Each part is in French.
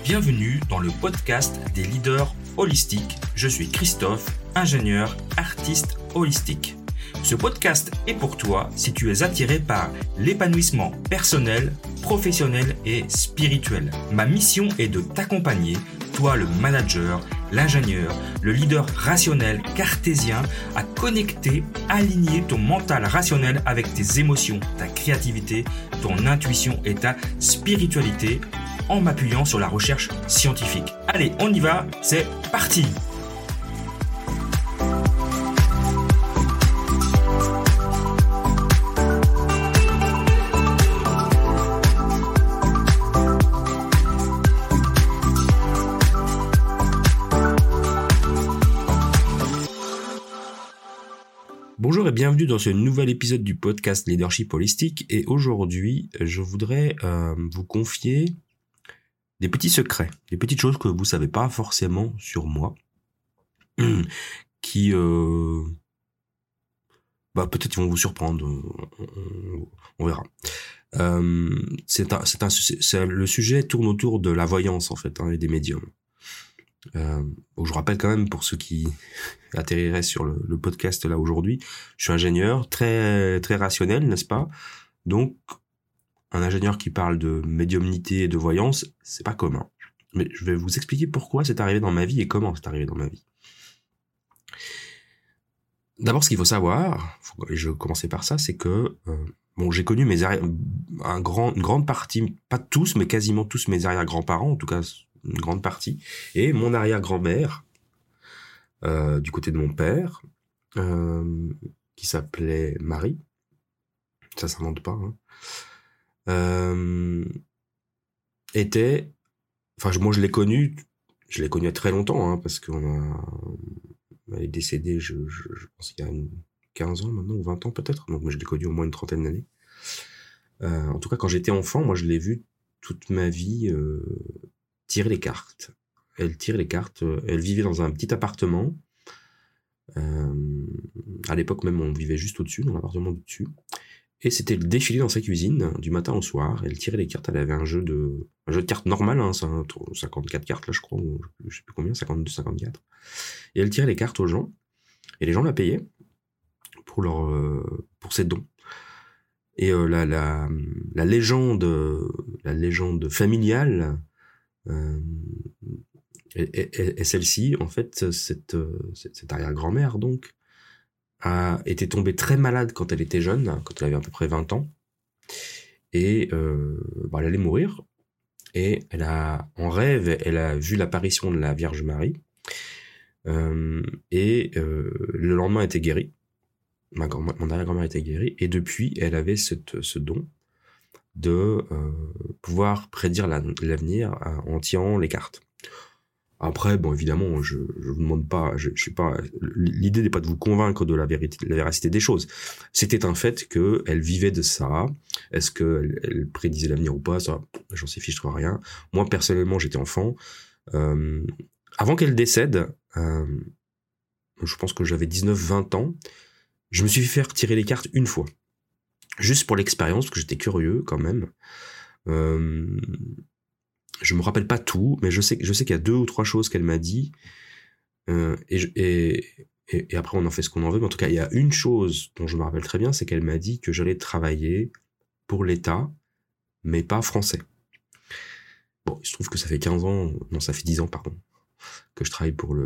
Bienvenue dans le podcast des leaders holistiques. Je suis Christophe, ingénieur, artiste holistique. Ce podcast est pour toi si tu es attiré par l'épanouissement personnel, professionnel et spirituel. Ma mission est de t'accompagner, toi le manager, l'ingénieur, le leader rationnel cartésien, à connecter, aligner ton mental rationnel avec tes émotions, ta créativité, ton intuition et ta spiritualité en m'appuyant sur la recherche scientifique. Allez, on y va, c'est parti! Bonjour et bienvenue dans ce nouvel épisode du podcast Leadership Holistique. Et aujourd'hui, je voudrais vous confier des petits secrets, des petites choses que vous savez pas forcément sur moi, qui peut-être vont vous surprendre, on verra. Le sujet tourne autour de la voyance en fait, et des médiums. Je vous rappelle quand même pour ceux qui atterriraient sur le podcast là aujourd'hui, je suis ingénieur, très très rationnel, n'est-ce pas? Donc un ingénieur qui parle de médiumnité et de voyance, c'est pas commun. Mais je vais vous expliquer pourquoi c'est arrivé dans ma vie et comment c'est arrivé dans ma vie. D'abord, ce qu'il faut savoir, et je vais commencer par ça, c'est que j'ai connu une grande partie, pas tous, mais quasiment tous mes arrière-grands-parents, en tout cas une grande partie, et mon arrière-grand-mère, du côté de mon père, qui s'appelait Marie, ça s'invente pas, moi je l'ai connue il y a très longtemps, parce elle est décédée, je pense qu'il y a 15 ans maintenant, ou 20 ans peut-être, donc moi je l'ai connue au moins une trentaine d'années. En tout cas, quand j'étais enfant, moi je l'ai vue toute ma vie tirer les cartes. Elle tire les cartes, elle vivait dans un petit appartement. À l'époque même, on vivait juste au-dessus, dans l'appartement du dessus. Et c'était le défilé dans sa cuisine, du matin au soir. Elle tirait les cartes, elle avait un jeu de cartes normal, 54 cartes là je crois, ou je sais plus combien, 52, 54. Et elle tirait les cartes aux gens, et les gens la payaient pour ses dons. Et la légende familiale est celle-ci. En fait, cette arrière-grand-mère donc a été tombée très malade quand elle était jeune, quand elle avait à peu près 20 ans, et elle allait mourir, et en rêve, elle a vu l'apparition de la Vierge Marie, et le lendemain elle était guérie. Mon arrière-grand-mère était guérie, et depuis elle avait ce don de pouvoir prédire l'avenir en tirant les cartes. Après, évidemment, je vous demande pas, je suis pas, l'idée n'est pas de vous convaincre de la véracité des choses. C'était un fait qu'elle vivait de ça. Est-ce qu'elle prédisait l'avenir ou pas? Ça, j'en sais fiche rien. Moi, personnellement, j'étais enfant. Avant qu'elle décède, je pense que j'avais 19-20 ans, je me suis fait faire tirer les cartes une fois. Juste pour l'expérience, parce que j'étais curieux quand même. Je me rappelle pas tout, mais je sais qu'il y a 2 ou 3 choses qu'elle m'a dit, et après on en fait ce qu'on en veut, mais en tout cas il y a une chose dont je me rappelle très bien, c'est qu'elle m'a dit que j'allais travailler pour l'État, mais pas français. Bon, il se trouve que ça fait 10 ans, pardon, que je travaille pour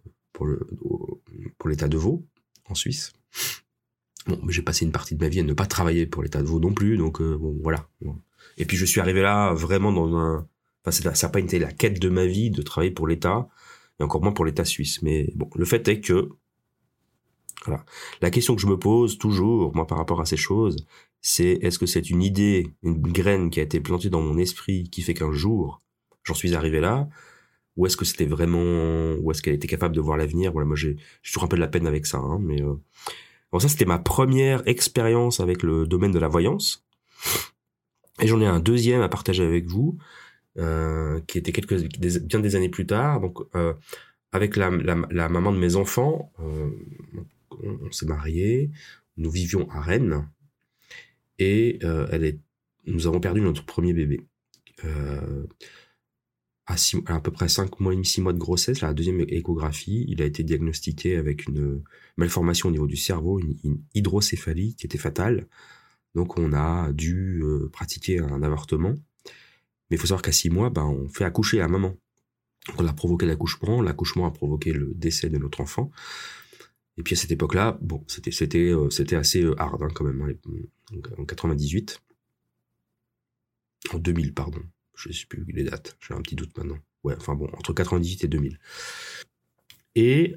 l'État de Vaud, en Suisse. Bon, mais j'ai passé une partie de ma vie à ne pas travailler pour l'État de Vaud non plus, donc voilà. Et puis je suis arrivé là vraiment ça n'a pas été la quête de ma vie de travailler pour l'État, et encore moins pour l'État suisse. Mais bon, le fait est que, voilà, la question que je me pose toujours, moi, par rapport à ces choses, c'est est-ce que c'est une idée, une graine qui a été plantée dans mon esprit qui fait qu'un jour, j'en suis arrivé là, ou est-ce que c'était vraiment, ou est-ce qu'elle était capable de voir l'avenir? Voilà, moi j'ai toujours un peu de la peine avec ça, mais bon, ça c'était ma première expérience avec le domaine de la voyance. Et j'en ai un deuxième à partager avec vous, qui était bien des années plus tard, donc avec la maman de mes enfants, on s'est mariés, nous vivions à Rennes, et nous avons perdu notre premier bébé. à peu près 5 mois et demi, 6 mois de grossesse, la deuxième échographie, il a été diagnostiqué avec une malformation au niveau du cerveau, une hydrocéphalie qui était fatale. Donc on a dû pratiquer un avortement. Mais il faut savoir qu'à 6 mois, on fait accoucher la maman. Donc on a provoqué l'accouchement a provoqué le décès de notre enfant. Et puis à cette époque-là, c'était assez hard quand même, en 98. En 2000, pardon. Je ne sais plus les dates, j'ai un petit doute maintenant. Ouais, enfin bon, entre 98 et 2000. Et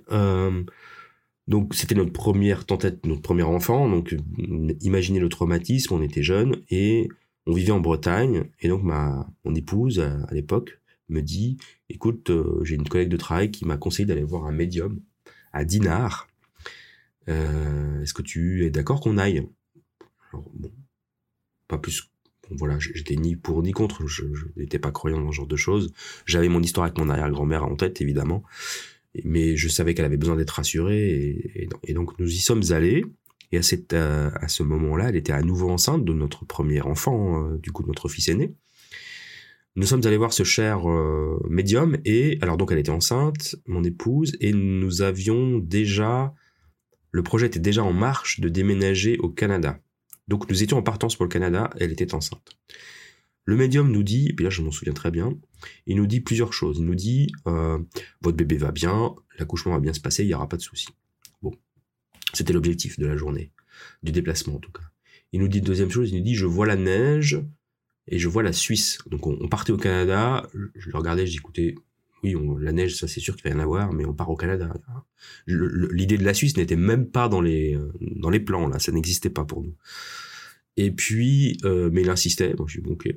donc c'était notre première tentative, notre premier enfant. Donc imaginez le traumatisme, on était jeunes et on vivait en Bretagne. Et donc mon épouse à l'époque me dit, écoute, j'ai une collègue de travail qui m'a conseillé d'aller voir un médium à Dinard. Est-ce que tu es d'accord qu'on aille? Alors, bon, pas plus. Bon, voilà, j'étais ni pour ni contre, je n'étais pas croyant dans ce genre de choses. J'avais mon histoire avec mon arrière-grand-mère en tête, évidemment, mais je savais qu'elle avait besoin d'être rassurée, et donc nous y sommes allés. Et à ce moment-là, elle était à nouveau enceinte de notre premier enfant, du coup de notre fils aîné. Nous sommes allés voir ce cher médium, et alors donc elle était enceinte, mon épouse, et nous avions déjà, le projet était déjà en marche de déménager au Canada. Donc nous étions en partance pour le Canada, elle était enceinte. Le médium nous dit, et puis là je m'en souviens très bien, il nous dit plusieurs choses. Il nous dit, votre bébé va bien, l'accouchement va bien se passer, il n'y aura pas de souci. Bon, c'était l'objectif de la journée, du déplacement en tout cas. Il nous dit deuxième chose, il nous dit, je vois la neige et je vois la Suisse. Donc on partait au Canada, je le regardais, je dis, écoutez, oui, la neige, ça c'est sûr qu'il va y en avoir, mais on part au Canada. L'idée de la Suisse n'était même pas dans les plans, là, ça n'existait pas pour nous. Et puis, mais il insistait, bon, je dis, bon, ok,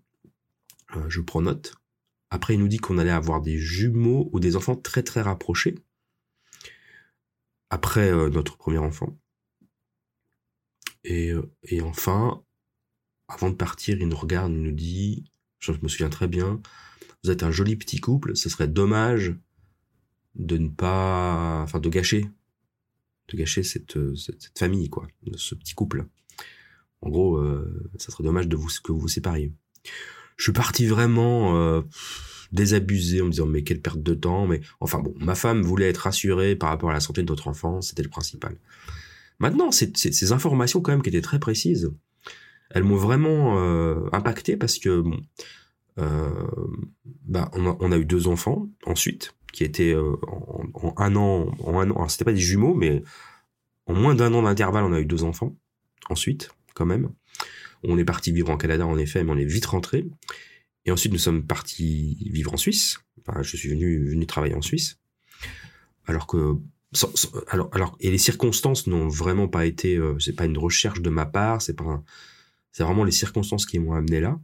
je prends note. Après, il nous dit qu'on allait avoir des jumeaux ou des enfants très très rapprochés, après notre premier enfant. Et enfin, avant de partir, il nous regarde, il nous dit, je me souviens très bien, vous êtes un joli petit couple, ce serait dommage de ne pas, enfin de gâcher cette famille, quoi, de ce petit couple. En gros, ça serait dommage que vous vous sépariez. Je suis parti vraiment désabusé en me disant mais quelle perte de temps, mais enfin bon, ma femme voulait être rassurée par rapport à la santé de notre enfant, c'était le principal. Maintenant, ces informations quand même qui étaient très précises, elles m'ont vraiment impacté parce que bon, on a eu 2 enfants ensuite qui étaient en un an, alors c'était pas des jumeaux, mais en moins d'1 an d'intervalle, on a eu 2 enfants ensuite quand même. On est parti vivre en Canada en effet, mais on est vite rentré. Et ensuite nous sommes partis vivre en Suisse. Enfin, je suis venu travailler en Suisse, alors que et les circonstances n'ont vraiment pas été, c'est pas une recherche de ma part, c'est vraiment les circonstances qui m'ont amené là.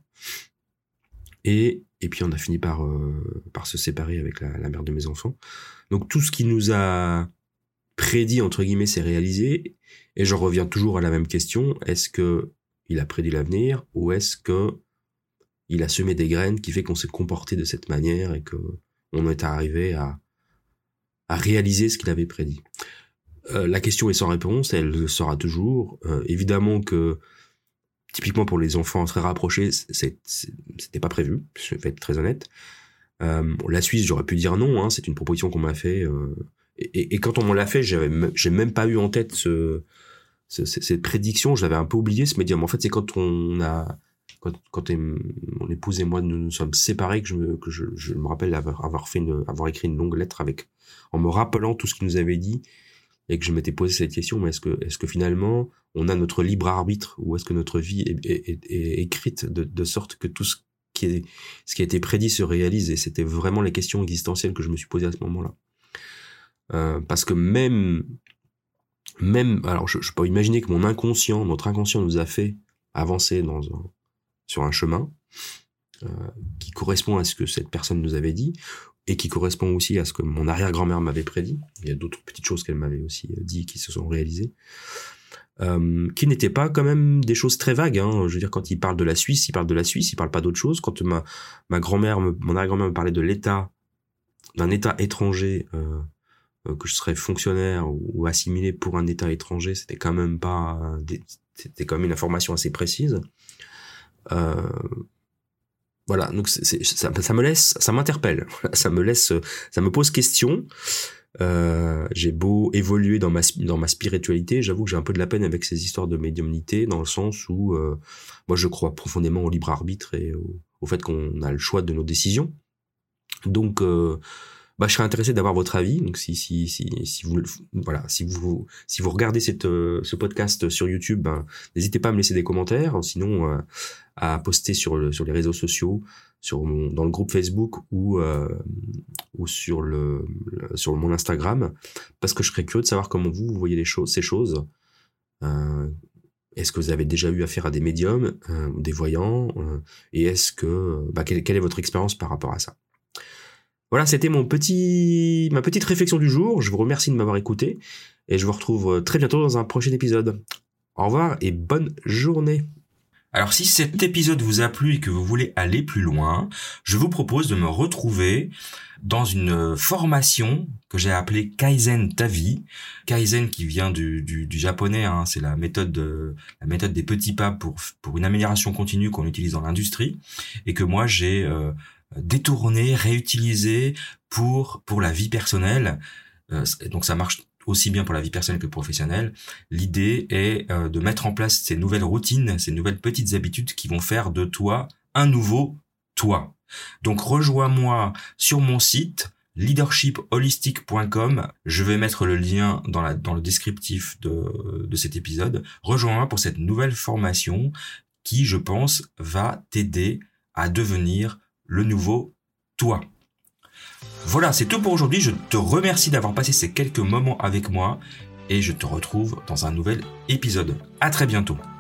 Et puis on a fini par se séparer avec la mère de mes enfants. Donc tout ce qui nous a prédit entre guillemets s'est réalisé. Et je reviens toujours à la même question, est-ce que il a prédit l'avenir ou est-ce que il a semé des graines qui fait qu'on s'est comporté de cette manière et que on est arrivé à réaliser ce qu'il avait prédit. La question est sans réponse, elle le sera toujours. Évidemment que typiquement pour les enfants très rapprochés, c'était pas prévu, je vais être très honnête. La Suisse, j'aurais pu dire non, hein, c'est une proposition qu'on m'a fait. Et quand on me l'a fait, j'ai même pas eu en tête cette prédiction, je l'avais un peu oublié ce médium. En fait, c'est quand quand mon épouse et moi nous sommes séparés que je me rappelle avoir écrit une longue lettre en me rappelant tout ce qu'il nous avait dit et que je m'étais posé cette question, mais est-ce que finalement on a notre libre arbitre ou est-ce que notre vie est écrite de sorte que tout ce qui a été prédit se réalise? Et c'était vraiment les questions existentielles que je me suis posées à ce moment-là. Parce que même, alors je peux imaginer que notre inconscient nous a fait avancer sur un chemin qui correspond à ce que cette personne nous avait dit et qui correspond aussi à ce que mon arrière-grand-mère m'avait prédit. Il y a d'autres petites choses qu'elle m'avait aussi dit qui se sont réalisées, qui n'étaient pas quand même des choses très vagues, hein. Je veux dire, quand il parle de la Suisse, il parle de la Suisse, il parle pas d'autre chose. Quand mon arrière-grand-mère me parlait d'un État étranger, que je serais fonctionnaire ou assimilé pour un État étranger, c'était quand même c'était quand même une information assez précise. voilà, donc ça m'interpelle, ça me pose question. J'ai beau évoluer dans ma spiritualité, j'avoue que j'ai un peu de la peine avec ces histoires de médiumnité, dans le sens où moi je crois profondément au libre arbitre et au fait qu'on a le choix de nos décisions. Donc je serais intéressé d'avoir votre avis. Donc si vous regardez ce podcast sur YouTube, n'hésitez pas à me laisser des commentaires, sinon à poster sur les réseaux sociaux, dans le groupe Facebook ou sur mon Instagram, parce que je serais curieux de savoir comment vous voyez ces choses. Est-ce que vous avez déjà eu affaire à des médiums, des voyants, et est-ce que quelle est votre expérience par rapport à ça? Voilà, c'était ma petite réflexion du jour. Je vous remercie de m'avoir écouté et je vous retrouve très bientôt dans un prochain épisode. Au revoir et bonne journée. Alors si cet épisode vous a plu et que vous voulez aller plus loin, je vous propose de me retrouver dans une formation que j'ai appelée Kaizen Ta Vie. Kaizen qui vient du japonais, c'est la méthode des petits pas pour une amélioration continue qu'on utilise dans l'industrie et que moi j'ai détourné, réutilisé pour la vie personnelle. Donc ça marche aussi bien pour la vie personnelle que professionnelle. L'idée est de mettre en place ces nouvelles routines, ces nouvelles petites habitudes qui vont faire de toi un nouveau toi. Donc rejoins-moi sur mon site leadershipholistic.com. Je vais mettre le lien dans le descriptif de cet épisode. Rejoins-moi pour cette nouvelle formation qui, je pense, va t'aider à devenir le nouveau toi. Voilà, c'est tout pour aujourd'hui. Je te remercie d'avoir passé ces quelques moments avec moi et je te retrouve dans un nouvel épisode. À très bientôt.